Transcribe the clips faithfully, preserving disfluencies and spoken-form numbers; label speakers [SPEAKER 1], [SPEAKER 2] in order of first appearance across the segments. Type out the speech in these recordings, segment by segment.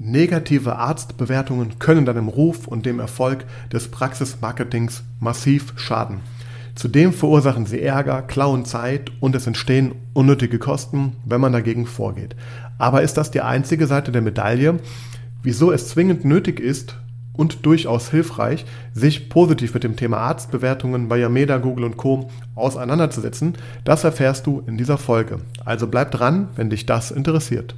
[SPEAKER 1] negative Arztbewertungen können deinem Ruf und dem Erfolg des Praxismarketings massiv schaden. Zudem verursachen sie Ärger, klauen Zeit und es entstehen unnötige Kosten, wenn man dagegen vorgeht. Aber ist das die einzige Seite der Medaille? Wieso es zwingend nötig ist und durchaus hilfreich, sich positiv mit dem Thema Arztbewertungen bei Yameda, Google und Co. auseinanderzusetzen, das erfährst du in dieser Folge. Also bleib dran, wenn dich das interessiert.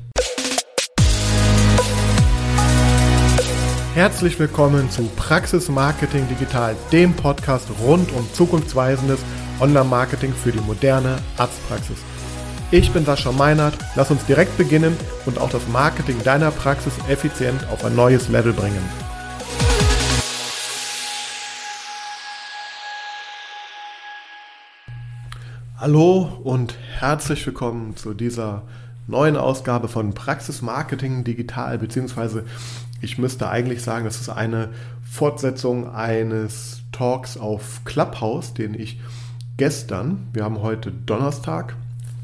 [SPEAKER 1] Herzlich willkommen zu Praxis Marketing Digital, dem Podcast rund um zukunftsweisendes Online-Marketing für die moderne Arztpraxis. Ich bin Sascha Meinert, lass uns direkt beginnen und auch das Marketing deiner Praxis effizient auf ein neues Level bringen. Hallo und herzlich willkommen zu dieser neuen Ausgabe von Praxis Marketing Digital, beziehungsweise ich müsste eigentlich sagen, das ist eine Fortsetzung eines Talks auf Clubhouse, den ich gestern, wir haben heute Donnerstag,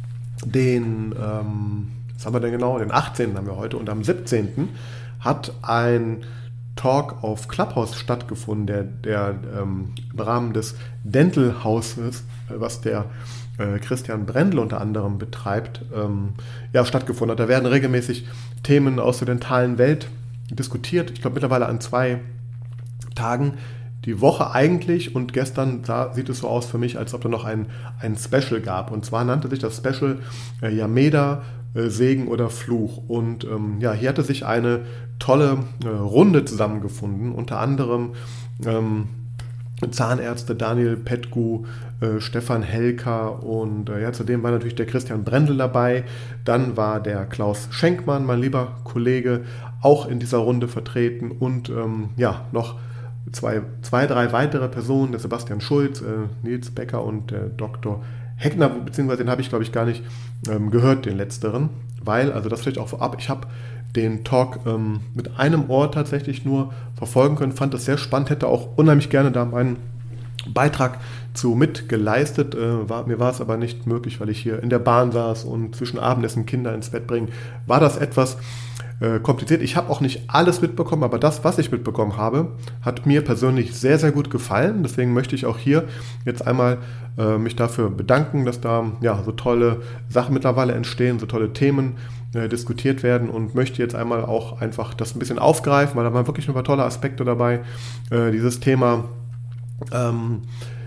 [SPEAKER 1] den, ähm, was haben wir denn genau, den achtzehnten haben wir heute und am siebzehnten hat ein Talk auf Clubhouse stattgefunden, der, der ähm, im Rahmen des Dental Houses, was der äh, Christian Brendel unter anderem betreibt, ähm, ja, stattgefunden hat. Da werden regelmäßig Themen aus der dentalen Welt diskutiert. Ich glaube mittlerweile an zwei Tagen die Woche eigentlich, und gestern sah, sieht es so aus für mich, als ob da noch ein, ein Special gab. Und zwar nannte sich das Special äh, Yameda, äh, Segen oder Fluch. Und ähm, ja, hier hatte sich eine tolle äh, Runde zusammengefunden, unter anderem ähm, Zahnärzte Daniel Petku, äh, Stefan Helker und äh, ja, zudem war natürlich der Christian Brendel dabei. Dann war der Klaus Schenkmann, mein lieber Kollege, auch in dieser Runde vertreten und ähm, ja, noch zwei, zwei, drei weitere Personen, der Sebastian Schulz, äh, Nils Becker und der Doktor Heckner, beziehungsweise den habe ich, glaube ich, gar nicht ähm, gehört, den letzteren, weil, also das vielleicht auch vorab, ich habe den Talk ähm, mit einem Ohr tatsächlich nur verfolgen können, fand das sehr spannend, hätte auch unheimlich gerne da meinen Beitrag zu mitgeleistet. Äh, war, mir war es aber nicht möglich, weil ich hier in der Bahn saß und zwischen Abendessen Kinder ins Bett bringen, war das etwas äh, kompliziert. Ich habe auch nicht alles mitbekommen, aber das, was ich mitbekommen habe, hat mir persönlich sehr, sehr gut gefallen. Deswegen möchte ich auch hier jetzt einmal äh, mich dafür bedanken, dass da ja, so tolle Sachen mittlerweile entstehen, so tolle Themen äh, diskutiert werden, und möchte jetzt einmal auch einfach das ein bisschen aufgreifen, weil da waren wirklich ein paar tolle Aspekte dabei. Äh, dieses Thema ähm,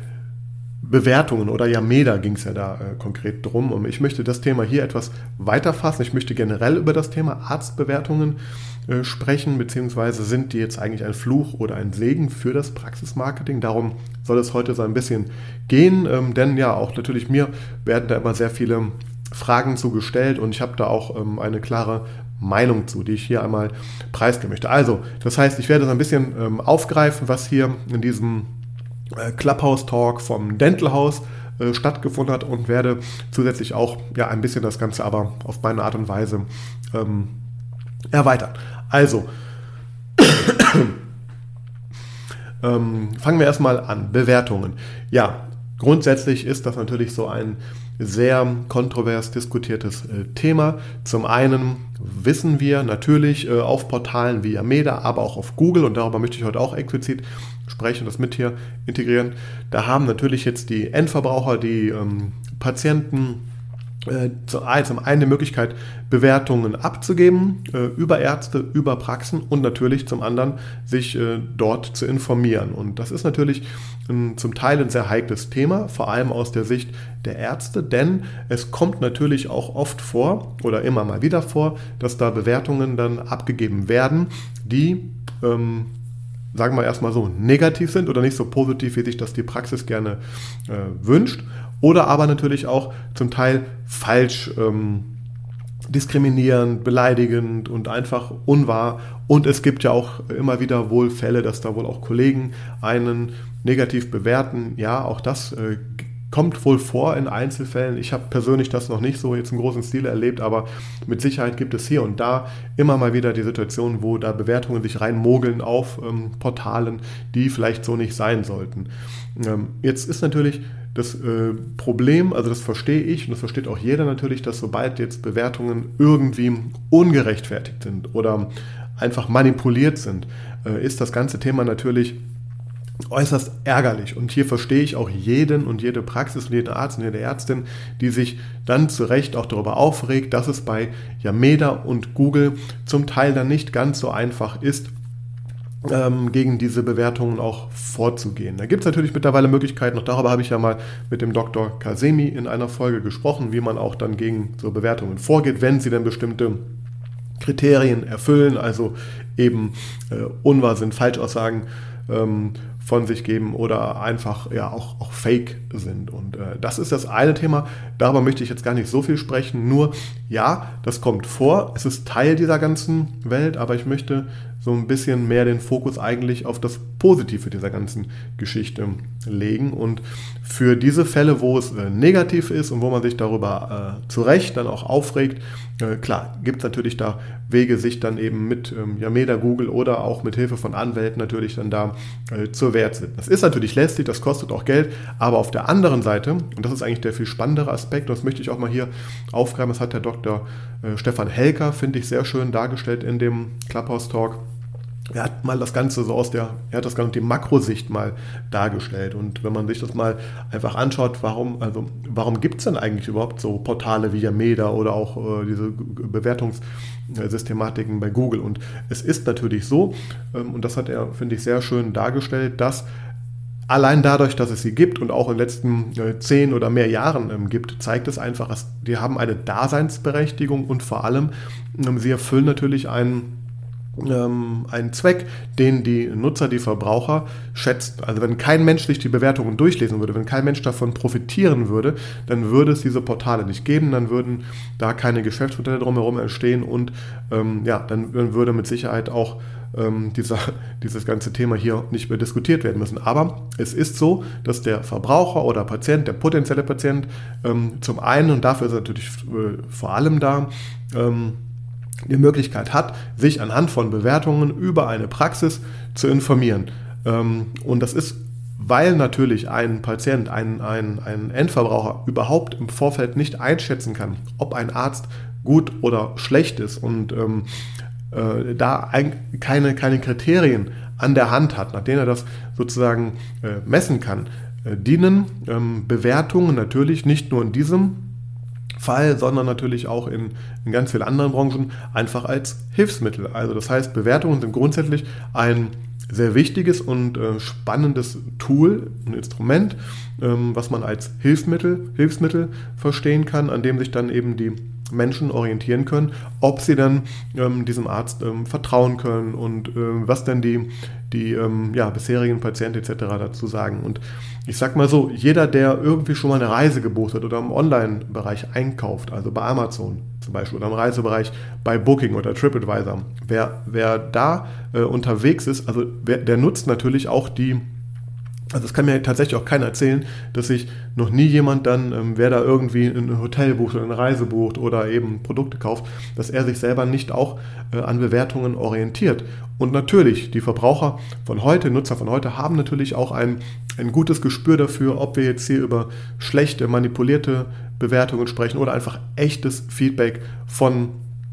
[SPEAKER 1] Bewertungen oder Yameda ging es ja da äh, konkret drum. Und ich möchte das Thema hier etwas weiter fassen. Ich möchte generell über das Thema Arztbewertungen äh, sprechen, beziehungsweise sind die jetzt eigentlich ein Fluch oder ein Segen für das Praxismarketing? Darum soll es heute so ein bisschen gehen, ähm, denn ja, auch natürlich mir werden da immer sehr viele Fragen zugestellt und ich habe da auch ähm, eine klare Meinung zu, die ich hier einmal preisgeben möchte. Also, das heißt, ich werde so ein bisschen ähm, aufgreifen, was hier in diesem Clubhouse-Talk vom Dental House äh, stattgefunden hat, und werde zusätzlich auch ja, ein bisschen das Ganze aber auf meine Art und Weise ähm, erweitern. Also, ähm, fangen wir erstmal an. Bewertungen. Ja, grundsätzlich ist das natürlich so ein sehr kontrovers diskutiertes äh, Thema. Zum einen wissen wir natürlich äh, auf Portalen wie Yameda, aber auch auf Google, und darüber möchte ich heute auch explizit sprechen, das mit hier integrieren. Da haben natürlich jetzt die Endverbraucher, die ähm, Patienten äh, zum einen die Möglichkeit, Bewertungen abzugeben äh, über Ärzte, über Praxen, und natürlich zum anderen sich äh, dort zu informieren. Und das ist natürlich ähm, zum Teil ein sehr heikles Thema, vor allem aus der Sicht der Ärzte, denn es kommt natürlich auch oft vor oder immer mal wieder vor, dass da Bewertungen dann abgegeben werden, die ähm, sagen wir erstmal so, negativ sind oder nicht so positiv, wie sich das die Praxis gerne äh, wünscht, oder aber natürlich auch zum Teil falsch, ähm, diskriminierend, beleidigend und einfach unwahr. Und es gibt ja auch immer wieder wohl Fälle, dass da wohl auch Kollegen einen negativ bewerten. Ja, auch das äh, kommt wohl vor in Einzelfällen. Ich habe persönlich das noch nicht so jetzt im großen Stil erlebt, aber mit Sicherheit gibt es hier und da immer mal wieder die Situation, wo da Bewertungen sich reinmogeln auf ähm, Portalen, die vielleicht so nicht sein sollten. Ähm, jetzt ist natürlich das äh, Problem, also das verstehe ich und das versteht auch jeder natürlich, dass sobald jetzt Bewertungen irgendwie ungerechtfertigt sind oder einfach manipuliert sind, äh, ist das ganze Thema natürlich äußerst ärgerlich. Und hier verstehe ich auch jeden und jede Praxis und jeden Arzt und jede Ärztin, die sich dann zu Recht auch darüber aufregt, dass es bei Yameda und Google zum Teil dann nicht ganz so einfach ist, ähm, gegen diese Bewertungen auch vorzugehen. Da gibt es natürlich mittlerweile Möglichkeiten, auch darüber habe ich ja mal mit dem Doktor Kasemi in einer Folge gesprochen, wie man auch dann gegen so Bewertungen vorgeht, wenn sie dann bestimmte Kriterien erfüllen, also eben äh, Unwahrsinn, Falschaussagen ähm, von sich geben oder einfach ja auch, auch fake sind. Und äh, das ist das eine Thema, darüber möchte ich jetzt gar nicht so viel sprechen, nur ja, das kommt vor, es ist Teil dieser ganzen Welt, aber ich möchte so ein bisschen mehr den Fokus eigentlich auf das Positive dieser ganzen Geschichte legen. Und für diese Fälle, wo es äh, negativ ist und wo man sich darüber äh, zu Recht dann auch aufregt, äh, klar, gibt es natürlich da Wege, sich dann eben mit ähm, Yameda, Google oder auch mit Hilfe von Anwälten natürlich dann da äh, zur Wehr zu setzen. Das ist natürlich lästig, das kostet auch Geld, aber auf der anderen Seite, und das ist eigentlich der viel spannendere Aspekt, und das möchte ich auch mal hier aufgreifen, das hat der Doktor äh, Stefan Helker, finde ich, sehr schön dargestellt in dem Clubhouse-Talk. Er hat mal das Ganze so aus der, er hat das Ganze die Makrosicht mal dargestellt. Und wenn man sich das mal einfach anschaut, warum, also warum gibt es denn eigentlich überhaupt so Portale wie Yameda oder auch äh, diese Bewertungssystematiken bei Google? Und es ist natürlich so, ähm, und das hat er, finde ich, sehr schön dargestellt, dass allein dadurch, dass es sie gibt und auch in den letzten äh, zehn oder mehr Jahren ähm, gibt, zeigt es einfach, dass die haben eine Daseinsberechtigung und vor allem, ähm, sie erfüllen natürlich einen einen Zweck, den die Nutzer, die Verbraucher schätzen. Also wenn kein Mensch sich die Bewertungen durchlesen würde, wenn kein Mensch davon profitieren würde, dann würde es diese Portale nicht geben, dann würden da keine Geschäftsmodelle drumherum entstehen und ähm, ja, dann, dann würde mit Sicherheit auch ähm, dieser, dieses ganze Thema hier nicht mehr diskutiert werden müssen. Aber es ist so, dass der Verbraucher oder Patient, der potenzielle Patient, ähm, zum einen, und dafür ist er natürlich äh, vor allem da, ähm, die Möglichkeit hat, sich anhand von Bewertungen über eine Praxis zu informieren. Und das ist, weil natürlich ein Patient, ein, ein, ein Endverbraucher überhaupt im Vorfeld nicht einschätzen kann, ob ein Arzt gut oder schlecht ist und ähm, äh, da ein, keine, keine Kriterien an der Hand hat, nach denen er das sozusagen äh, messen kann, äh, dienen ähm, Bewertungen natürlich nicht nur in diesem Fall, sondern natürlich auch in, in ganz vielen anderen Branchen einfach als Hilfsmittel. Also das heißt, Bewertungen sind grundsätzlich ein sehr wichtiges und äh, spannendes Tool, ein Instrument, ähm, was man als Hilfsmittel, Hilfsmittel verstehen kann, an dem sich dann eben die Menschen orientieren können, ob sie dann ähm, diesem Arzt ähm, vertrauen können und äh, was denn die, die ähm, ja, bisherigen Patienten et cetera dazu sagen. Und ich sag mal so, jeder, der irgendwie schon mal eine Reise gebucht hat oder im Online-Bereich einkauft, also bei Amazon zum Beispiel oder im Reisebereich bei Booking oder TripAdvisor, wer, wer da äh, unterwegs ist, also wer, der nutzt natürlich auch die. Also es kann mir tatsächlich auch keiner erzählen, dass sich noch nie jemand dann, ähm, wer da irgendwie ein Hotel bucht oder eine Reise bucht oder eben Produkte kauft, dass er sich selber nicht auch äh, an Bewertungen orientiert. Und natürlich, die Verbraucher von heute, Nutzer von heute, haben natürlich auch ein, ein gutes Gespür dafür, ob wir jetzt hier über schlechte, manipulierte Bewertungen sprechen oder einfach echtes Feedback von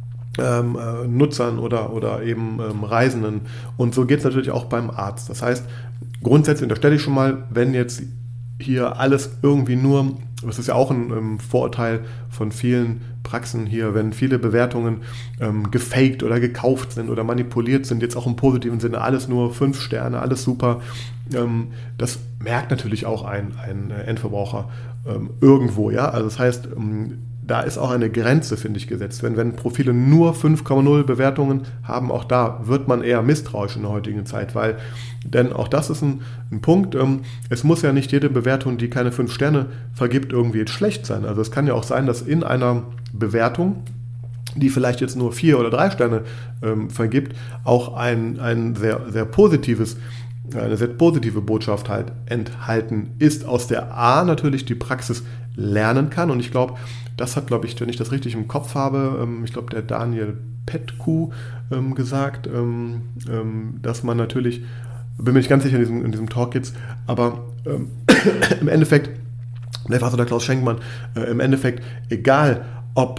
[SPEAKER 1] ähm, äh, Nutzern oder, oder eben ähm, Reisenden. Und so geht es natürlich auch beim Arzt. Das heißt, grundsätzlich unterstelle ich schon mal, wenn jetzt hier alles irgendwie nur, das ist ja auch ein ähm, Vorurteil von vielen Praxen hier, wenn viele Bewertungen ähm, gefaked oder gekauft sind oder manipuliert sind, jetzt auch im positiven Sinne, alles nur fünf Sterne, alles super, ähm, das merkt natürlich auch ein, ein Endverbraucher ähm, irgendwo, ja, also das heißt, ähm, da ist auch eine Grenze, finde ich, gesetzt. Wenn, wenn Profile nur fünf Komma null Bewertungen haben, auch da wird man eher misstrauisch in der heutigen Zeit, weil, denn auch das ist ein, ein Punkt, ähm, es muss ja nicht jede Bewertung, die keine fünf Sterne vergibt, irgendwie jetzt schlecht sein. Also es kann ja auch sein, dass in einer Bewertung, die vielleicht jetzt nur vier oder drei Sterne ähm, vergibt, auch ein, ein sehr, sehr positives eine sehr positive Botschaft halt enthalten ist, aus der A natürlich die Praxis lernen kann. Und ich glaube, das hat, glaube ich, wenn ich das richtig im Kopf habe, ähm, ich glaube, der Daniel Petku ähm, gesagt, ähm, ähm, dass man natürlich, bin mir nicht ganz sicher in diesem, in diesem Talk jetzt, aber ähm, im Endeffekt, vielleicht war es der Klaus Schenkmann, äh, im Endeffekt, egal ob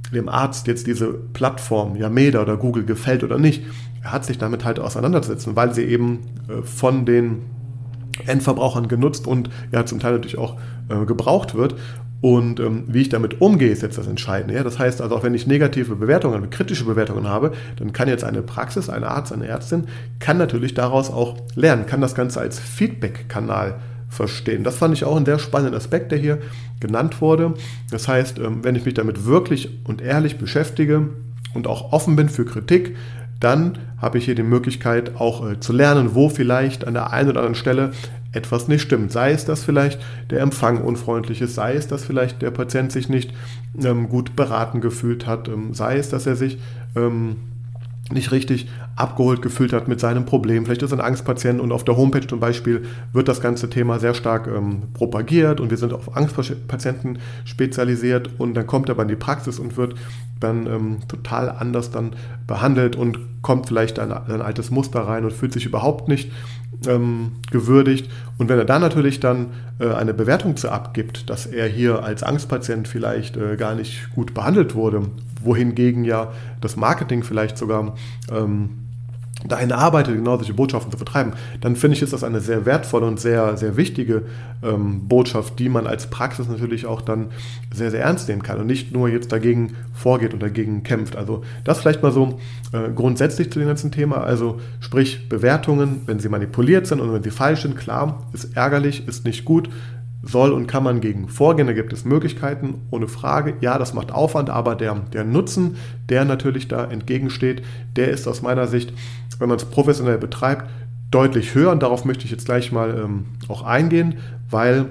[SPEAKER 1] dem Arzt jetzt diese Plattform, Yameda oder Google, gefällt oder nicht. Er hat sich damit halt auseinanderzusetzen, weil sie eben äh, von den Endverbrauchern genutzt und ja zum Teil natürlich auch äh, gebraucht wird. Und ähm, wie ich damit umgehe, ist jetzt das Entscheidende. Ja? Das heißt also, auch wenn ich negative Bewertungen, kritische Bewertungen habe, dann kann jetzt eine Praxis, ein Arzt, eine Ärztin, kann natürlich daraus auch lernen, kann das Ganze als Feedback-Kanal verstehen. Das fand ich auch einen sehr spannenden Aspekt, der hier genannt wurde. Das heißt, ähm, wenn ich mich damit wirklich und ehrlich beschäftige und auch offen bin für Kritik, dann habe ich hier die Möglichkeit auch äh, zu lernen, wo vielleicht an der einen oder anderen Stelle etwas nicht stimmt. Sei es, dass vielleicht der Empfang unfreundlich ist, sei es, dass vielleicht der Patient sich nicht ähm, gut beraten gefühlt hat, ähm, sei es, dass er sich ähm, nicht richtig abgeholt gefühlt hat mit seinem Problem. Vielleicht ist er ein Angstpatient und auf der Homepage zum Beispiel wird das ganze Thema sehr stark ähm, propagiert und wir sind auf Angstpatienten spezialisiert und dann kommt er aber in die Praxis und wird dann ähm, total anders dann behandelt und kommt vielleicht in ein altes Muster rein und fühlt sich überhaupt nicht ähm, gewürdigt. Und wenn er dann natürlich dann äh, eine Bewertung zu abgibt, dass er hier als Angstpatient vielleicht äh, gar nicht gut behandelt wurde, wohingegen ja das Marketing vielleicht sogar ähm, dahin arbeitet, genau solche Botschaften zu vertreiben, dann finde ich, ist das eine sehr wertvolle und sehr, sehr wichtige ähm, Botschaft, die man als Praxis natürlich auch dann sehr, sehr ernst nehmen kann und nicht nur jetzt dagegen vorgeht und dagegen kämpft. Also das vielleicht mal so äh, grundsätzlich zu dem ganzen Thema, also sprich Bewertungen, wenn sie manipuliert sind und wenn sie falsch sind, klar, ist ärgerlich, ist nicht gut, soll und kann man gegen vorgehen, da gibt es Möglichkeiten, ohne Frage. Ja, das macht Aufwand, aber der, der Nutzen, der natürlich da entgegensteht, der ist aus meiner Sicht, wenn man es professionell betreibt, deutlich höher. Und darauf möchte ich jetzt gleich mal ähm, auch eingehen, weil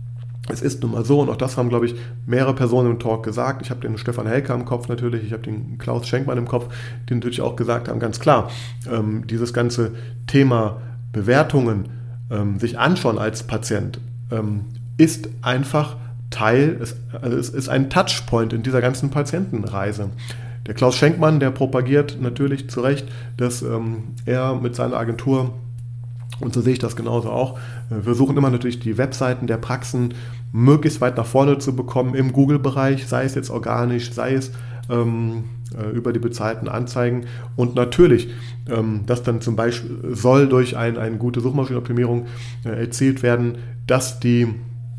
[SPEAKER 1] es ist nun mal so, und auch das haben, glaube ich, mehrere Personen im Talk gesagt. Ich habe den Stefan Helker im Kopf natürlich, ich habe den Klaus Schenkmann im Kopf, die natürlich auch gesagt haben, ganz klar, ähm, dieses ganze Thema Bewertungen ähm, sich anschauen als Patient, ähm, ist einfach Teil, ist, also es ist ein Touchpoint in dieser ganzen Patientenreise. Der Klaus Schenkmann, der propagiert natürlich zu Recht, dass ähm, er mit seiner Agentur, und so sehe ich das genauso auch, äh, versuchen immer natürlich die Webseiten der Praxen möglichst weit nach vorne zu bekommen im Google-Bereich, sei es jetzt organisch, sei es ähm, äh, über die bezahlten Anzeigen. Und natürlich, ähm, das dann zum Beispiel soll durch ein, eine gute Suchmaschinenoptimierung äh, erzielt werden, dass die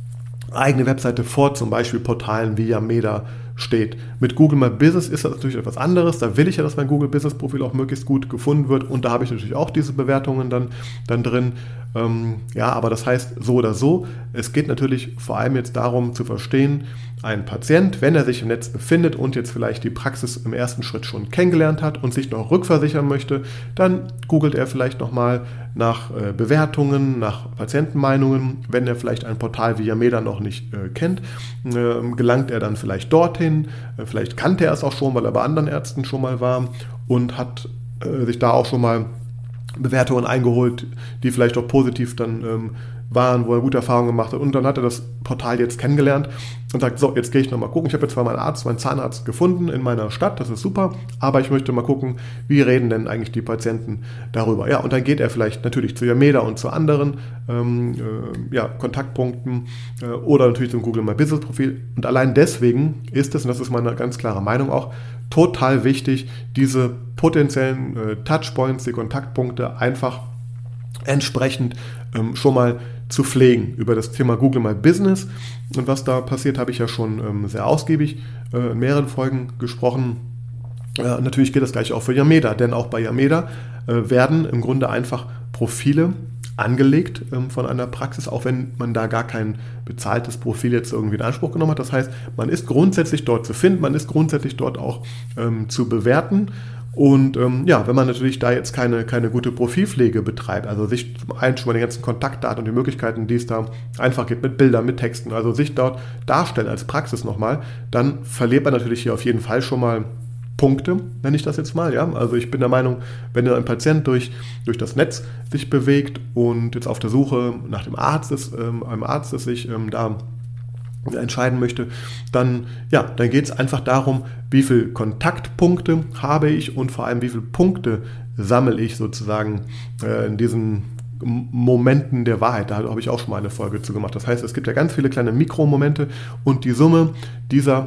[SPEAKER 1] eigene Webseite vor zum Beispiel Portalen wie Yameda steht. Mit Google My Business ist das natürlich etwas anderes. Da will ich ja, dass mein Google Business Profil auch möglichst gut gefunden wird und da habe ich natürlich auch diese Bewertungen dann, dann drin. Ähm, ja, aber das heißt so oder so, es geht natürlich vor allem jetzt darum zu verstehen, ein Patient, wenn er sich im Netz befindet und jetzt vielleicht die Praxis im ersten Schritt schon kennengelernt hat und sich noch rückversichern möchte, dann googelt er vielleicht nochmal nach äh, Bewertungen, nach Patientenmeinungen. Wenn er vielleicht ein Portal wie Yameda noch nicht äh, kennt, äh, gelangt er dann vielleicht dorthin. Äh, vielleicht kannte er es auch schon, weil er bei anderen Ärzten schon mal war und hat äh, sich da auch schon mal Bewertungen eingeholt, die vielleicht auch positiv dann ähm, waren, wo er gute Erfahrungen gemacht hat. Und dann hat er das Portal jetzt kennengelernt und sagt, so, jetzt gehe ich nochmal gucken. Ich habe jetzt zwar meinen Arzt, meinen Zahnarzt gefunden in meiner Stadt, das ist super, aber ich möchte mal gucken, wie reden denn eigentlich die Patienten darüber. Ja, und dann geht er vielleicht natürlich zu Yameda und zu anderen ähm, äh, ja, Kontaktpunkten äh, oder natürlich zum Google My Business Profil. Und allein deswegen ist es, und das ist meine ganz klare Meinung auch, total wichtig, diese potenziellen äh, Touchpoints, die Kontaktpunkte einfach entsprechend ähm, schon mal zu pflegen. Über das Thema Google My Business und was da passiert, habe ich ja schon ähm, sehr ausgiebig äh, in mehreren Folgen gesprochen. Äh, natürlich geht das gleich auch für Yameda, denn auch bei Yameda äh, werden im Grunde einfach Profile angelegt ähm, von einer Praxis, auch wenn man da gar kein bezahltes Profil jetzt irgendwie in Anspruch genommen hat. Das heißt, man ist grundsätzlich dort zu finden, man ist grundsätzlich dort auch ähm, zu bewerten. Und ähm, ja, wenn man natürlich da jetzt keine, keine gute Profilpflege betreibt, also sich zum einen schon mal die ganzen Kontaktdaten und die Möglichkeiten, die es da einfach gibt, mit Bildern, mit Texten, also sich dort darstellen als Praxis nochmal, dann verliert man natürlich hier auf jeden Fall schon mal Punkte, nenne ich das jetzt mal. Ja? Also ich bin der Meinung, wenn ein Patient durch, durch das Netz sich bewegt und jetzt auf der Suche nach dem Arzt ist, ähm, einem Arzt ist sich ähm, da entscheiden möchte, dann, ja, dann geht es einfach darum, wie viele Kontaktpunkte habe ich und vor allem wie viele Punkte sammle ich sozusagen äh, in diesen Momenten der Wahrheit. Da habe ich auch schon mal eine Folge zu gemacht. Das heißt, es gibt ja ganz viele kleine Mikromomente und die Summe dieser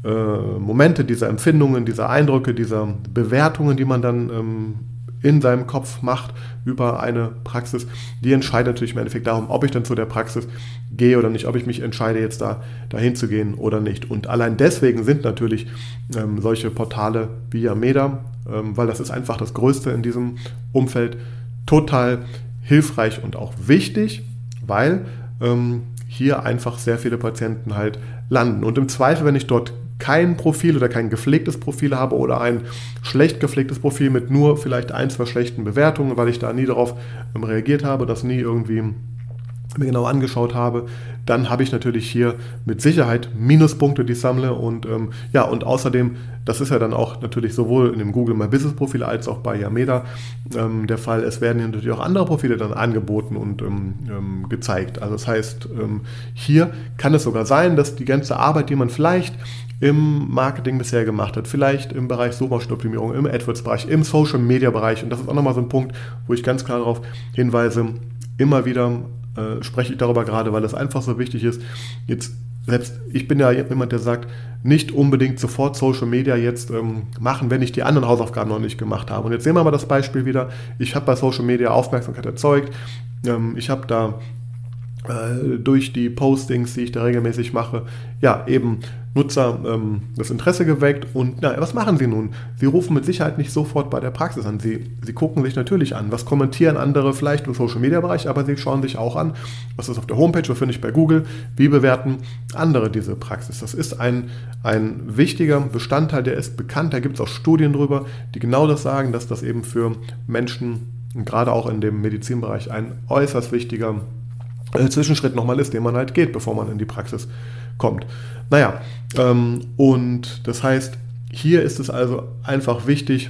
[SPEAKER 1] äh, Momente, diese Empfindungen, diese Eindrücke, diese Bewertungen, die man dann ähm, in seinem Kopf macht über eine Praxis, die entscheidet natürlich im Endeffekt darum, ob ich dann zu der Praxis gehe oder nicht, ob ich mich entscheide, jetzt da dahin zu gehen oder nicht. Und allein deswegen sind natürlich ähm, solche Portale wie Yameda, ähm, weil das ist einfach das Größte in diesem Umfeld, total hilfreich und auch wichtig, weil ähm, hier einfach sehr viele Patienten halt landen. Und im Zweifel, wenn ich dort kein Profil oder kein gepflegtes Profil habe oder ein schlecht gepflegtes Profil mit nur vielleicht ein, zwei schlechten Bewertungen, weil ich da nie darauf ähm, reagiert habe, das nie irgendwie mir genau angeschaut habe, dann habe ich natürlich hier mit Sicherheit Minuspunkte, die ich sammle und ähm, ja, und außerdem, das ist ja dann auch natürlich sowohl in dem Google My Business Profil als auch bei Yameda ähm, der Fall, es werden hier natürlich auch andere Profile dann angeboten und ähm, ähm, gezeigt. Also das heißt, ähm, hier kann es sogar sein, dass die ganze Arbeit, die man vielleicht im Marketing bisher gemacht hat, vielleicht im Bereich Suchmaschinenoptimierung, im AdWords-Bereich, im Social-Media-Bereich, und das ist auch nochmal so ein Punkt, wo ich ganz klar darauf hinweise, immer wieder äh, spreche ich darüber gerade, weil es einfach so wichtig ist. Jetzt, selbst ich bin ja jemand, der sagt, nicht unbedingt sofort Social Media jetzt ähm, machen, wenn ich die anderen Hausaufgaben noch nicht gemacht habe. Und jetzt sehen wir mal das Beispiel wieder. Ich habe bei Social Media Aufmerksamkeit erzeugt. Ähm, ich habe da äh, durch die Postings, die ich da regelmäßig mache, ja, eben Nutzer ähm, das Interesse geweckt. Und na, was machen sie nun? Sie rufen mit Sicherheit nicht sofort bei der Praxis an. Sie, sie gucken sich natürlich an, was kommentieren andere vielleicht im Social-Media-Bereich, aber sie schauen sich auch an, was ist auf der Homepage, was finde ich bei Google, wie bewerten andere diese Praxis. Das ist ein, ein wichtiger Bestandteil, der ist bekannt, da gibt es auch Studien drüber, die genau das sagen, dass das eben für Menschen, gerade auch in dem Medizinbereich, ein äußerst wichtiger äh, Zwischenschritt nochmal ist, den man halt geht, bevor man in die Praxis kommt. Naja, ähm, und das heißt, hier ist es also einfach wichtig,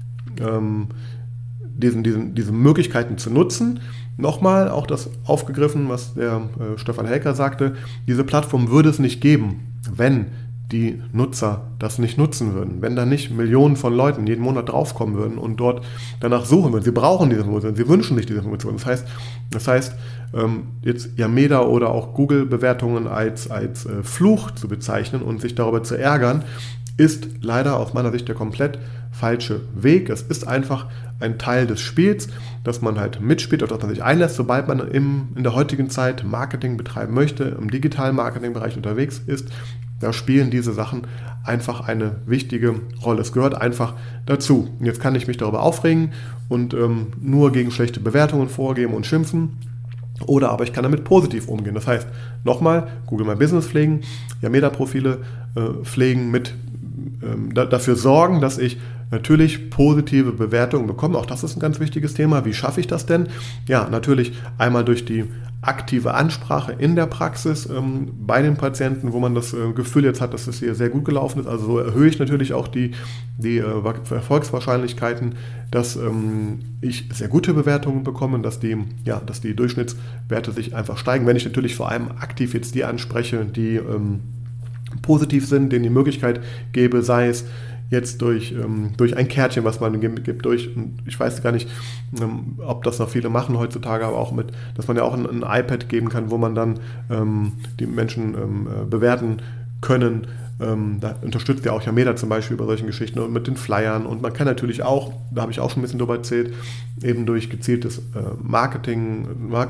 [SPEAKER 1] ähm, diesen, diesen, diese Möglichkeiten zu nutzen. Nochmal auch das aufgegriffen, was der äh, Stefan Helker sagte, diese Plattform würde es nicht geben, wenn die Nutzer das nicht nutzen würden, wenn da nicht Millionen von Leuten jeden Monat draufkommen würden und dort danach suchen würden. Sie brauchen diese Informationen, sie wünschen sich diese Informationen. Das heißt, das heißt ähm, jetzt Yameda oder auch Google-Bewertungen als, als äh, Fluch zu bezeichnen und sich darüber zu ärgern, ist leider aus meiner Sicht der komplett falsche Weg. Es ist einfach ein Teil des Spiels, dass man halt mitspielt oder dass man sich einlässt, sobald man im, in der heutigen Zeit Marketing betreiben möchte, im digitalen Marketingbereich unterwegs ist. Da spielen diese Sachen einfach eine wichtige Rolle. Es gehört einfach dazu. Und jetzt kann ich mich darüber aufregen und ähm, nur gegen schlechte Bewertungen vorgeben und schimpfen. Oder aber ich kann damit positiv umgehen. Das heißt, nochmal, Google My Business pflegen, Yameda-Profile äh, pflegen, mit ähm, da, dafür sorgen, dass ich natürlich positive Bewertungen bekomme. Auch das ist ein ganz wichtiges Thema. Wie schaffe ich das denn? Ja, natürlich einmal durch die aktive Ansprache in der Praxis ähm, bei den Patienten, wo man das äh, Gefühl jetzt hat, dass es hier sehr gut gelaufen ist. Also so erhöhe ich natürlich auch die, die äh, Erfolgswahrscheinlichkeiten, dass ähm, ich sehr gute Bewertungen bekomme, dass die, ja, dass die Durchschnittswerte sich einfach steigen. Wenn ich natürlich vor allem aktiv jetzt die anspreche, die ähm, positiv sind, denen die Möglichkeit gebe, sei es jetzt durch, ähm, durch ein Kärtchen, was man gibt, durch, ich weiß gar nicht, ähm, ob das noch viele machen heutzutage, aber auch mit, dass man ja auch ein, ein iPad geben kann, wo man dann ähm, die Menschen ähm, bewerten können. Ähm, da unterstützt ja auch Yameda zum Beispiel bei solchen Geschichten und mit den Flyern. Und man kann natürlich auch, da habe ich auch schon ein bisschen drüber erzählt, eben durch gezieltes äh, Marketing,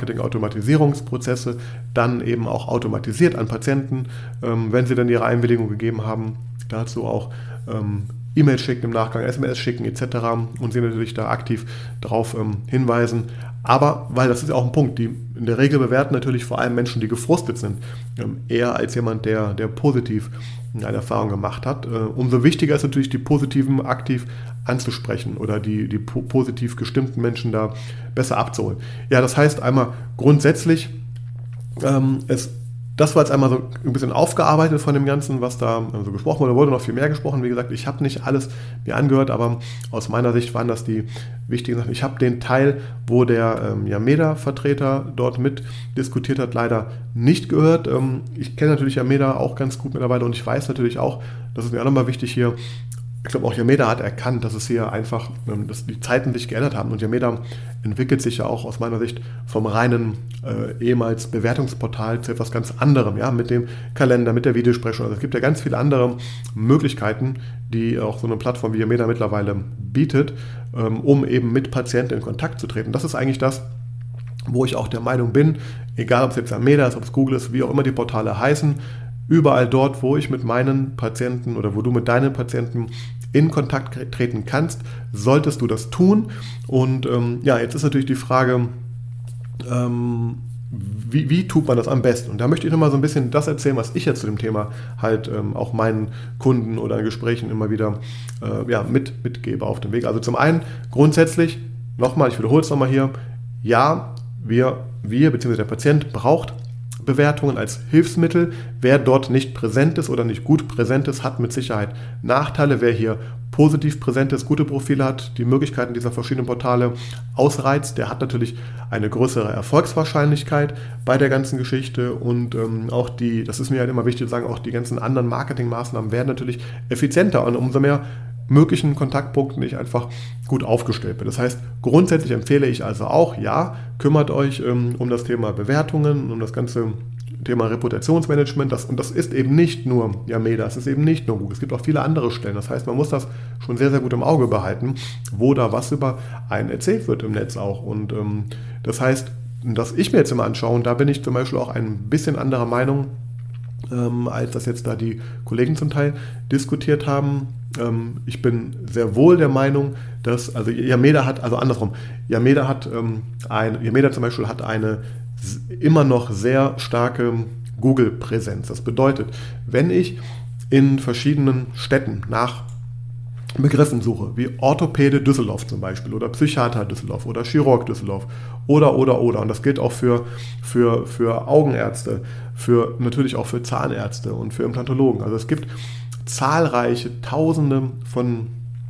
[SPEAKER 1] Marketing-Automatisierungsprozesse dann eben auch automatisiert an Patienten, ähm, wenn sie dann ihre Einwilligung gegeben haben, dazu auch ähm, E-Mails schicken im Nachgang, S M S schicken et cetera und sie natürlich da aktiv darauf ähm, hinweisen. Aber, weil das ist auch ein Punkt, die in der Regel bewerten natürlich vor allem Menschen, die gefrustet sind, ähm, eher als jemand, der, der positiv eine Erfahrung gemacht hat. Äh, umso wichtiger ist natürlich, die Positiven aktiv anzusprechen oder die, die po- positiv gestimmten Menschen da besser abzuholen. Ja, das heißt einmal grundsätzlich, ähm, es Das war jetzt einmal so ein bisschen aufgearbeitet von dem Ganzen, was da so gesprochen wurde. Da wurde noch viel mehr gesprochen. Wie gesagt, ich habe nicht alles mir angehört, aber aus meiner Sicht waren das die wichtigen Sachen. Ich habe den Teil, wo der ähm, Yameda-Vertreter dort mit diskutiert hat, leider nicht gehört. Ähm, ich kenne natürlich Yameda auch ganz gut mittlerweile und ich weiß natürlich auch, das ist mir auch nochmal wichtig hier, ich glaube auch Yameda hat erkannt, dass es hier einfach, dass die Zeiten sich geändert haben und Yameda entwickelt sich ja auch aus meiner Sicht vom reinen äh, ehemals Bewertungsportal zu etwas ganz anderem, ja, mit dem Kalender, mit der Videosprechung. Also es gibt ja ganz viele andere Möglichkeiten, die auch so eine Plattform wie Yameda mittlerweile bietet, ähm, um eben mit Patienten in Kontakt zu treten. Das ist eigentlich das, wo ich auch der Meinung bin, egal ob es jetzt Yameda ist, ob es Google ist, wie auch immer die Portale heißen, überall dort, wo ich mit meinen Patienten oder wo du mit deinen Patienten in Kontakt treten kannst, solltest du das tun. Und ähm, ja, jetzt ist natürlich die Frage, ähm, wie, wie tut man das am besten? Und da möchte ich nochmal so ein bisschen das erzählen, was ich jetzt zu dem Thema halt ähm, auch meinen Kunden oder in Gesprächen immer wieder äh, ja, mit, mitgebe auf dem Weg. Also zum einen grundsätzlich, nochmal, ich wiederhole es nochmal hier, ja, wir, wir bzw. der Patient braucht Bewertungen als Hilfsmittel. Wer dort nicht präsent ist oder nicht gut präsent ist, hat mit Sicherheit Nachteile. Wer hier positiv präsent ist, gute Profile hat, die Möglichkeiten dieser verschiedenen Portale ausreizt, der hat natürlich eine größere Erfolgswahrscheinlichkeit bei der ganzen Geschichte und ähm, auch die, das ist mir halt immer wichtig zu sagen, auch die ganzen anderen Marketingmaßnahmen werden natürlich effizienter und umso mehr möglichen Kontaktpunkten ich einfach gut aufgestellt bin. Das heißt, grundsätzlich empfehle ich also auch, ja, kümmert euch ähm, um das Thema Bewertungen, um das ganze Thema Reputationsmanagement. Das, und das ist eben nicht nur Yameda, es ist eben nicht nur Google. Es gibt auch viele andere Stellen. Das heißt, man muss das schon sehr, sehr gut im Auge behalten, wo da was über einen erzählt wird im Netz auch. Und ähm, das heißt, dass ich mir jetzt immer anschaue, und da bin ich zum Beispiel auch ein bisschen anderer Meinung, ähm, als das jetzt da die Kollegen zum Teil diskutiert haben. Ähm, ich bin sehr wohl der Meinung, dass, also Yameda hat, also andersrum, Yameda hat ähm, ein, Yameda zum Beispiel hat eine immer noch sehr starke Google-Präsenz. Das bedeutet, wenn ich in verschiedenen Städten nach Begriffen suche, wie Orthopäde Düsseldorf zum Beispiel oder Psychiater Düsseldorf oder Chirurg Düsseldorf oder, oder, oder. Und das gilt auch für, für, für Augenärzte, für, natürlich auch für Zahnärzte und für Implantologen. Also es gibt zahlreiche Tausende von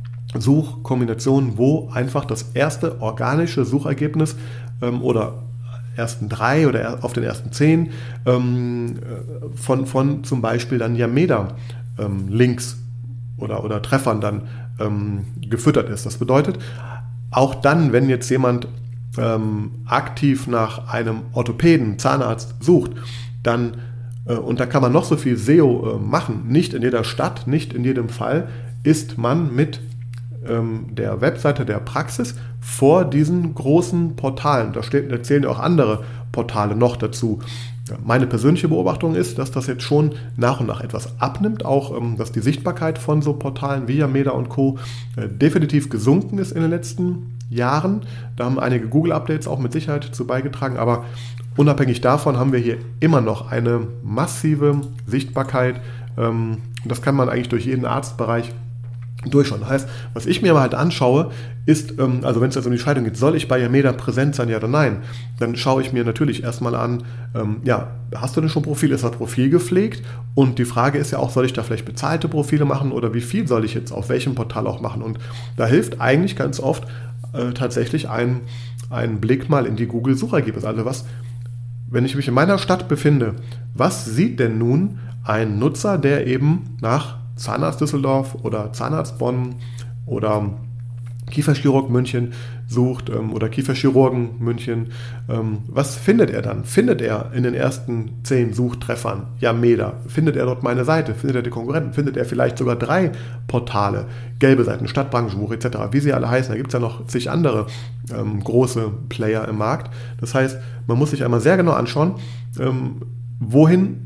[SPEAKER 1] Suchkombinationen, wo einfach das erste organische Suchergebnis ähm, oder ersten drei oder auf den ersten zehn ähm, von, von zum Beispiel dann Yameda ähm, Links oder, oder Treffern dann ähm, gefüttert ist. Das bedeutet, auch dann, wenn jetzt jemand ähm, aktiv nach einem Orthopäden, Zahnarzt sucht, dann, äh, und da kann man noch so viel S E O äh, machen, nicht in jeder Stadt, nicht in jedem Fall, ist man mit ähm, der Webseite der Praxis vor diesen großen Portalen. Da, steht, da zählen ja auch andere Portale noch dazu. Meine persönliche Beobachtung ist, dass das jetzt schon nach und nach etwas abnimmt, auch ähm, dass die Sichtbarkeit von so Portalen wie Yameda und Co. Äh, definitiv gesunken ist in den letzten Jahren. Da haben einige Google-Updates auch mit Sicherheit zu beigetragen, aber unabhängig davon haben wir hier immer noch eine massive Sichtbarkeit. Ähm, das kann man eigentlich durch jeden Arztbereich durchschauen. Das heißt, was ich mir mal halt anschaue, ist, ähm, also wenn es jetzt um die Scheidung geht, soll ich bei Yameda präsent sein, ja oder nein? Dann schaue ich mir natürlich erstmal an, ähm, ja, hast du denn schon Profil, ist das Profil gepflegt? Und die Frage ist ja auch, soll ich da vielleicht bezahlte Profile machen oder wie viel soll ich jetzt auf welchem Portal auch machen? Und da hilft eigentlich ganz oft äh, tatsächlich ein, ein Blick mal in die Google-Suchergebnisse. Also was, wenn ich mich in meiner Stadt befinde, was sieht denn nun ein Nutzer, der eben nach Zahnarzt Düsseldorf oder Zahnarzt Bonn oder Kieferchirurg München sucht ähm, oder Kieferchirurgen München, ähm, was findet er dann? Findet er in den ersten zehn Suchtreffern Yameda? Findet er dort meine Seite? Findet er die Konkurrenten? Findet er vielleicht sogar drei Portale, gelbe Seiten, Stadtbranchenbuch et cetera, wie sie alle heißen? Da gibt es ja noch zig andere ähm, große Player im Markt. Das heißt, man muss sich einmal sehr genau anschauen, ähm, wohin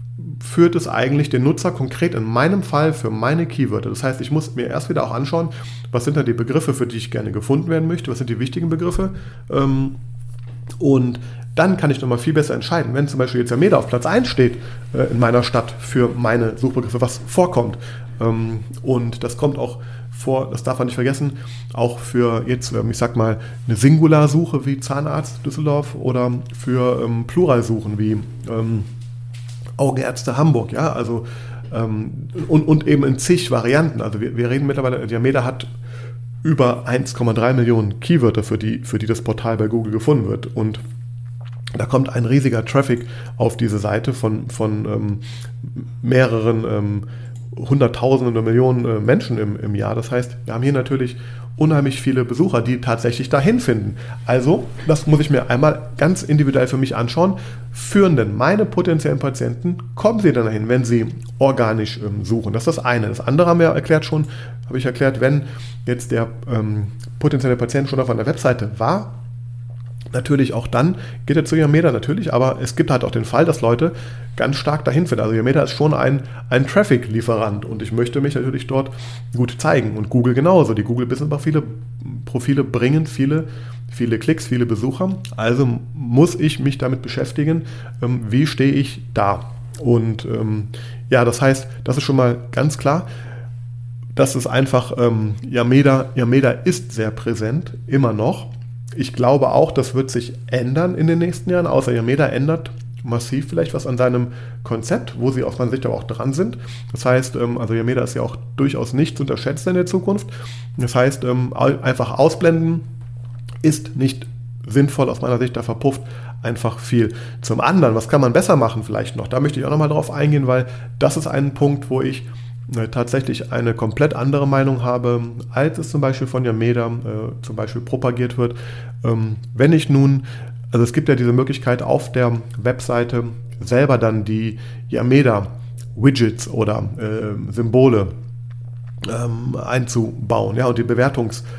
[SPEAKER 1] führt es eigentlich den Nutzer konkret in meinem Fall für meine Keywörter. Das heißt, ich muss mir erst wieder auch anschauen, was sind da die Begriffe, für die ich gerne gefunden werden möchte, was sind die wichtigen Begriffe. Und dann kann ich nochmal viel besser entscheiden. Wenn zum Beispiel jetzt Yameda auf Platz eins steht in meiner Stadt für meine Suchbegriffe, was vorkommt. Und das kommt auch vor, das darf man nicht vergessen, auch für jetzt, ich sag mal, eine Singularsuche wie Zahnarzt Düsseldorf oder für Pluralsuchen wie Augenärzte Hamburg, ja, also ähm, und, und eben in zig Varianten. Also wir, wir reden mittlerweile, Yameda hat über eins Komma drei Millionen Keywörter, für die, für die das Portal bei Google gefunden wird. Und da kommt ein riesiger Traffic auf diese Seite von, von ähm, mehreren ähm, Hunderttausende oder Millionen äh, Menschen im, im Jahr. Das heißt, wir haben hier natürlich unheimlich viele Besucher, die tatsächlich dahin finden. Also, das muss ich mir einmal ganz individuell für mich anschauen. Führen denn meine potenziellen Patienten, kommen sie dann dahin, wenn sie organisch ähm, suchen? Das ist das eine. Das andere haben wir erklärt schon, habe ich erklärt, wenn jetzt der ähm, potenzielle Patient schon auf einer Webseite war, natürlich auch dann geht er zu Yameda natürlich, aber es gibt halt auch den Fall, dass Leute ganz stark dahin finden. Also Yameda ist schon ein, ein Traffic-Lieferant und ich möchte mich natürlich dort gut zeigen und Google genauso. Die Google Business Profile, Profile bringen viele, viele Klicks, viele Besucher. Also muss ich mich damit beschäftigen, ähm, wie stehe ich da. Und ähm, ja, das heißt, das ist schon mal ganz klar. Das ist einfach, ähm, Yameda, Yameda ist sehr präsent, immer noch. Ich glaube auch, das wird sich ändern in den nächsten Jahren, außer Yameda ändert massiv vielleicht was an seinem Konzept, wo sie aus meiner Sicht aber auch dran sind. Das heißt, also Yameda ist ja auch durchaus nicht zu unterschätzen in der Zukunft. Das heißt, einfach ausblenden ist nicht sinnvoll aus meiner Sicht, da verpufft einfach viel. Zum anderen, was kann man besser machen vielleicht noch? Da möchte ich auch nochmal drauf eingehen, weil das ist ein Punkt, wo ich tatsächlich eine komplett andere Meinung habe, als es zum Beispiel von Yameda äh, zum Beispiel propagiert wird. Ähm, wenn ich nun, also es gibt ja diese Möglichkeit auf der Webseite selber dann die Yameda-Widgets oder äh, Symbole ähm, einzubauen, ja, und die Bewertungsboxen,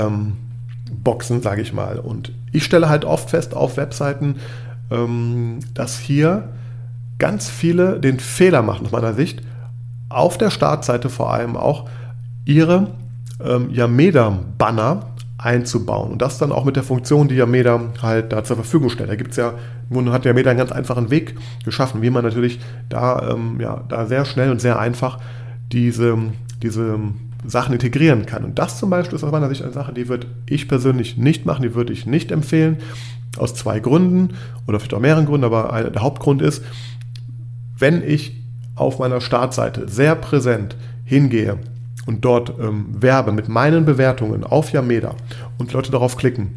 [SPEAKER 1] ähm, sage ich mal. Und ich stelle halt oft fest auf Webseiten, ähm, dass hier ganz viele den Fehler machen aus meiner Sicht, auf der Startseite vor allem auch ihre ähm, Yameda-Banner einzubauen und das dann auch mit der Funktion, die Yameda halt da zur Verfügung stellt. Da gibt es ja, nun hat Yameda einen ganz einfachen Weg geschaffen, wie man natürlich da, ähm, ja, da sehr schnell und sehr einfach diese, diese Sachen integrieren kann. Und das zum Beispiel ist aus meiner Sicht eine Sache, die würde ich persönlich nicht machen, die würde ich nicht empfehlen, aus zwei Gründen oder vielleicht auch mehreren Gründen, aber ein, der Hauptgrund ist, wenn ich auf meiner Startseite sehr präsent hingehe und dort ähm, werbe mit meinen Bewertungen auf Yameda und Leute darauf klicken,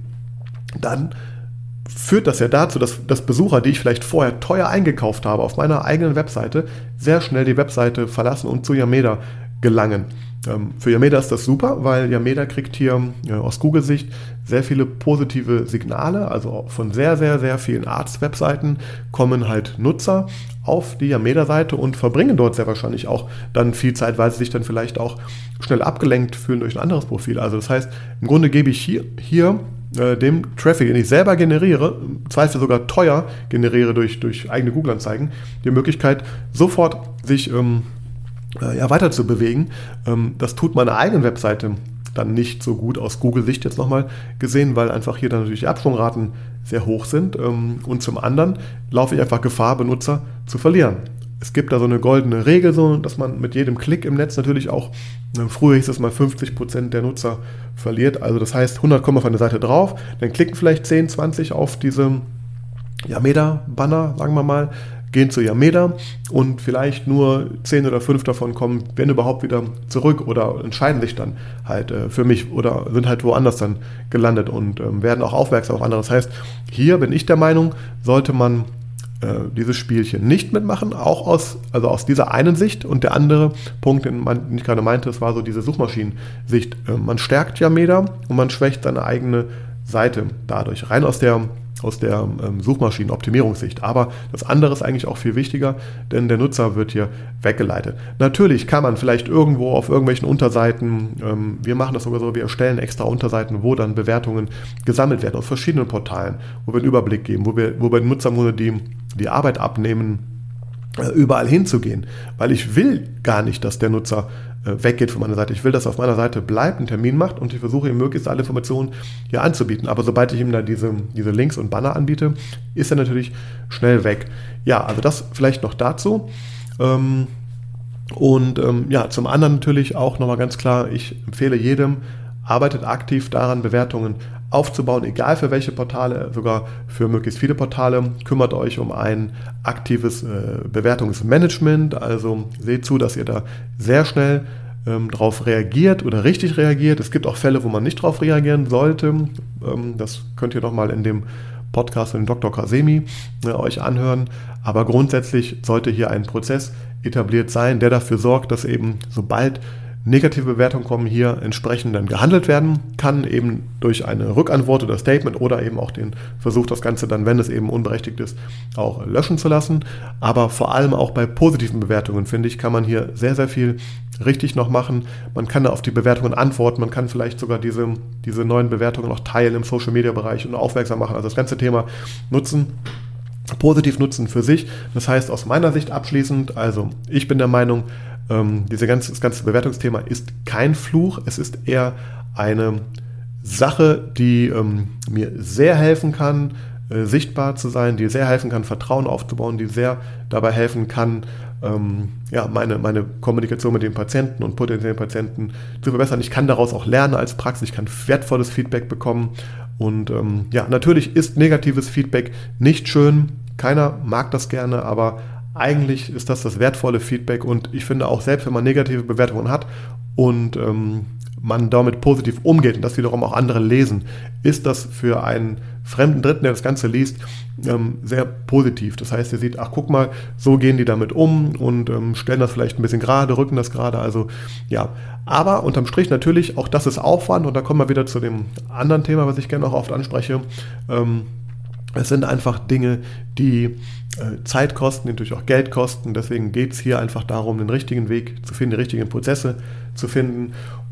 [SPEAKER 1] dann führt das ja dazu, dass, dass Besucher, die ich vielleicht vorher teuer eingekauft habe, auf meiner eigenen Webseite, sehr schnell die Webseite verlassen und zu Yameda gelangen. Ähm, für Yameda ist das super, weil Yameda kriegt hier äh, aus Google-Sicht sehr viele positive Signale, also von sehr, sehr, sehr vielen Arzt-Webseiten kommen halt Nutzer auf die Yameda-Seite und verbringen dort sehr wahrscheinlich auch dann viel Zeit, weil sie sich dann vielleicht auch schnell abgelenkt fühlen durch ein anderes Profil. Also das heißt, im Grunde gebe ich hier, hier äh, dem Traffic, den ich selber generiere, im Zweifel sogar teuer generiere durch, durch eigene Google-Anzeigen, die Möglichkeit, sofort sich ähm, äh, ja, weiter zu bewegen. Ähm, das tut meine eigene Webseite dann nicht so gut aus Google-Sicht jetzt nochmal gesehen, weil einfach hier dann natürlich die Absprungraten sehr hoch sind ähm, und zum anderen laufe ich einfach Gefahr, Benutzer zu verlieren. Es gibt da so eine goldene Regel, so, dass man mit jedem Klick im Netz natürlich auch, äh, früher hieß es mal fünfzig Prozent der Nutzer verliert, also das heißt hundert kommen auf eine Seite drauf, dann klicken vielleicht zehn, zwanzig auf diese Yameda-Banner, sagen wir mal, gehen zu Yameda und vielleicht nur zehn oder fünf davon kommen, wenn überhaupt, wieder zurück oder entscheiden sich dann halt äh, für mich oder sind halt woanders dann gelandet und ähm, werden auch aufmerksam auf andere. Das heißt, hier bin ich der Meinung, sollte man äh, dieses Spielchen nicht mitmachen, auch aus, also aus dieser einen Sicht. Und der andere Punkt, den, man, den ich gerade meinte, das war so diese Suchmaschinensicht. Äh, man stärkt Yameda und man schwächt seine eigene Seite dadurch, rein aus der aus der ähm, Suchmaschinenoptimierungssicht. Aber das andere ist eigentlich auch viel wichtiger, denn der Nutzer wird hier weggeleitet. Natürlich kann man vielleicht irgendwo auf irgendwelchen Unterseiten, ähm, wir machen das sogar so, wir erstellen extra Unterseiten, wo dann Bewertungen gesammelt werden aus verschiedenen Portalen, wo wir einen Überblick geben, wo wir, wo wir den Nutzern nur die, die Arbeit abnehmen, äh, überall hinzugehen. Weil ich will gar nicht, dass der Nutzer weggeht von meiner Seite. Ich will, dass er auf meiner Seite bleibt, einen Termin macht und ich versuche ihm möglichst alle Informationen hier anzubieten. Aber sobald ich ihm da diese, diese Links und Banner anbiete, ist er natürlich schnell weg. Ja, also das vielleicht noch dazu. Und ja, zum anderen natürlich auch nochmal ganz klar, ich empfehle jedem, arbeitet aktiv daran, Bewertungen aufzubauen, egal für welche Portale, sogar für möglichst viele Portale. Kümmert euch um ein aktives äh, Bewertungsmanagement, also seht zu, dass ihr da sehr schnell ähm, drauf reagiert oder richtig reagiert. Es gibt auch Fälle, wo man nicht drauf reagieren sollte. Ähm, das könnt ihr nochmal in dem Podcast von Doktor Kasemi äh, euch anhören. Aber grundsätzlich sollte hier ein Prozess etabliert sein, der dafür sorgt, dass eben sobald negative Bewertungen kommen, hier entsprechend dann gehandelt werden kann, eben durch eine Rückantwort oder Statement oder eben auch den Versuch, das Ganze dann, wenn es eben unberechtigt ist, auch löschen zu lassen. Aber vor allem auch bei positiven Bewertungen, finde ich, kann man hier sehr, sehr viel richtig noch machen. Man kann da auf die Bewertungen antworten, man kann vielleicht sogar diese, diese neuen Bewertungen noch teilen im Social-Media-Bereich und aufmerksam machen, also das ganze Thema nutzen. Positiv nutzen für sich. Das heißt, aus meiner Sicht abschließend, also ich bin der Meinung, ähm, diese ganze, das ganze Bewertungsthema ist kein Fluch, es ist eher eine Sache, die ähm, mir sehr helfen kann, äh, sichtbar zu sein, die sehr helfen kann, Vertrauen aufzubauen, die sehr dabei helfen kann, ähm, ja, meine, meine Kommunikation mit den Patienten und potenziellen Patienten zu verbessern. Ich kann daraus auch lernen als Praxis, ich kann wertvolles Feedback bekommen. Und ähm, ja, natürlich ist negatives Feedback nicht schön, keiner mag das gerne, aber eigentlich ist das das wertvolle Feedback und ich finde auch, selbst wenn man negative Bewertungen hat und ähm, man damit positiv umgeht und das wiederum auch andere lesen, ist das für einen fremden Dritten, der das Ganze liest, ähm, sehr positiv. Das heißt, ihr seht, ach guck mal, so gehen die damit um und ähm, stellen das vielleicht ein bisschen gerade, rücken das gerade, also ja. Aber unterm Strich natürlich, auch das ist Aufwand und da kommen wir wieder zu dem anderen Thema, was ich gerne auch oft anspreche. Ähm, es sind einfach Dinge, die äh, Zeit kosten, die natürlich auch Geld kosten. Deswegen geht es hier einfach darum, den richtigen Weg zu finden, die richtigen Prozesse zu finden.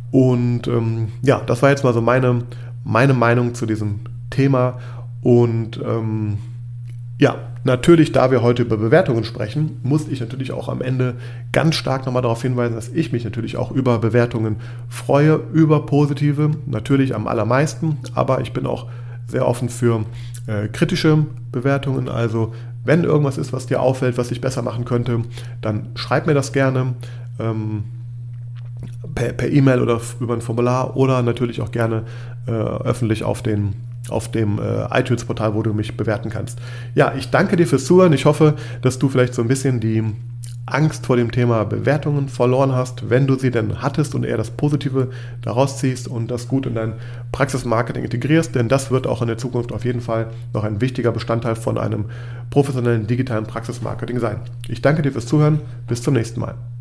[SPEAKER 1] Und ähm, ja, das war jetzt mal so meine, meine Meinung zu diesem Thema. Und ähm, ja, natürlich, da wir heute über Bewertungen sprechen, muss ich natürlich auch am Ende ganz stark nochmal darauf hinweisen, dass ich mich natürlich auch über Bewertungen freue, über positive, natürlich am allermeisten, aber ich bin auch sehr offen für äh, kritische Bewertungen. Also wenn irgendwas ist, was dir auffällt, was ich besser machen könnte, dann schreib mir das gerne ähm, per, per E-Mail oder f- über ein Formular oder natürlich auch gerne äh, öffentlich auf den auf dem äh, iTunes-Portal, wo du mich bewerten kannst. Ja, ich danke dir fürs Zuhören. Ich hoffe, dass du vielleicht so ein bisschen die Angst vor dem Thema Bewertungen verloren hast, wenn du sie denn hattest und eher das Positive daraus ziehst und das gut in dein Praxismarketing integrierst, denn das wird auch in der Zukunft auf jeden Fall noch ein wichtiger Bestandteil von einem professionellen digitalen Praxismarketing sein. Ich danke dir fürs Zuhören. Bis zum nächsten Mal.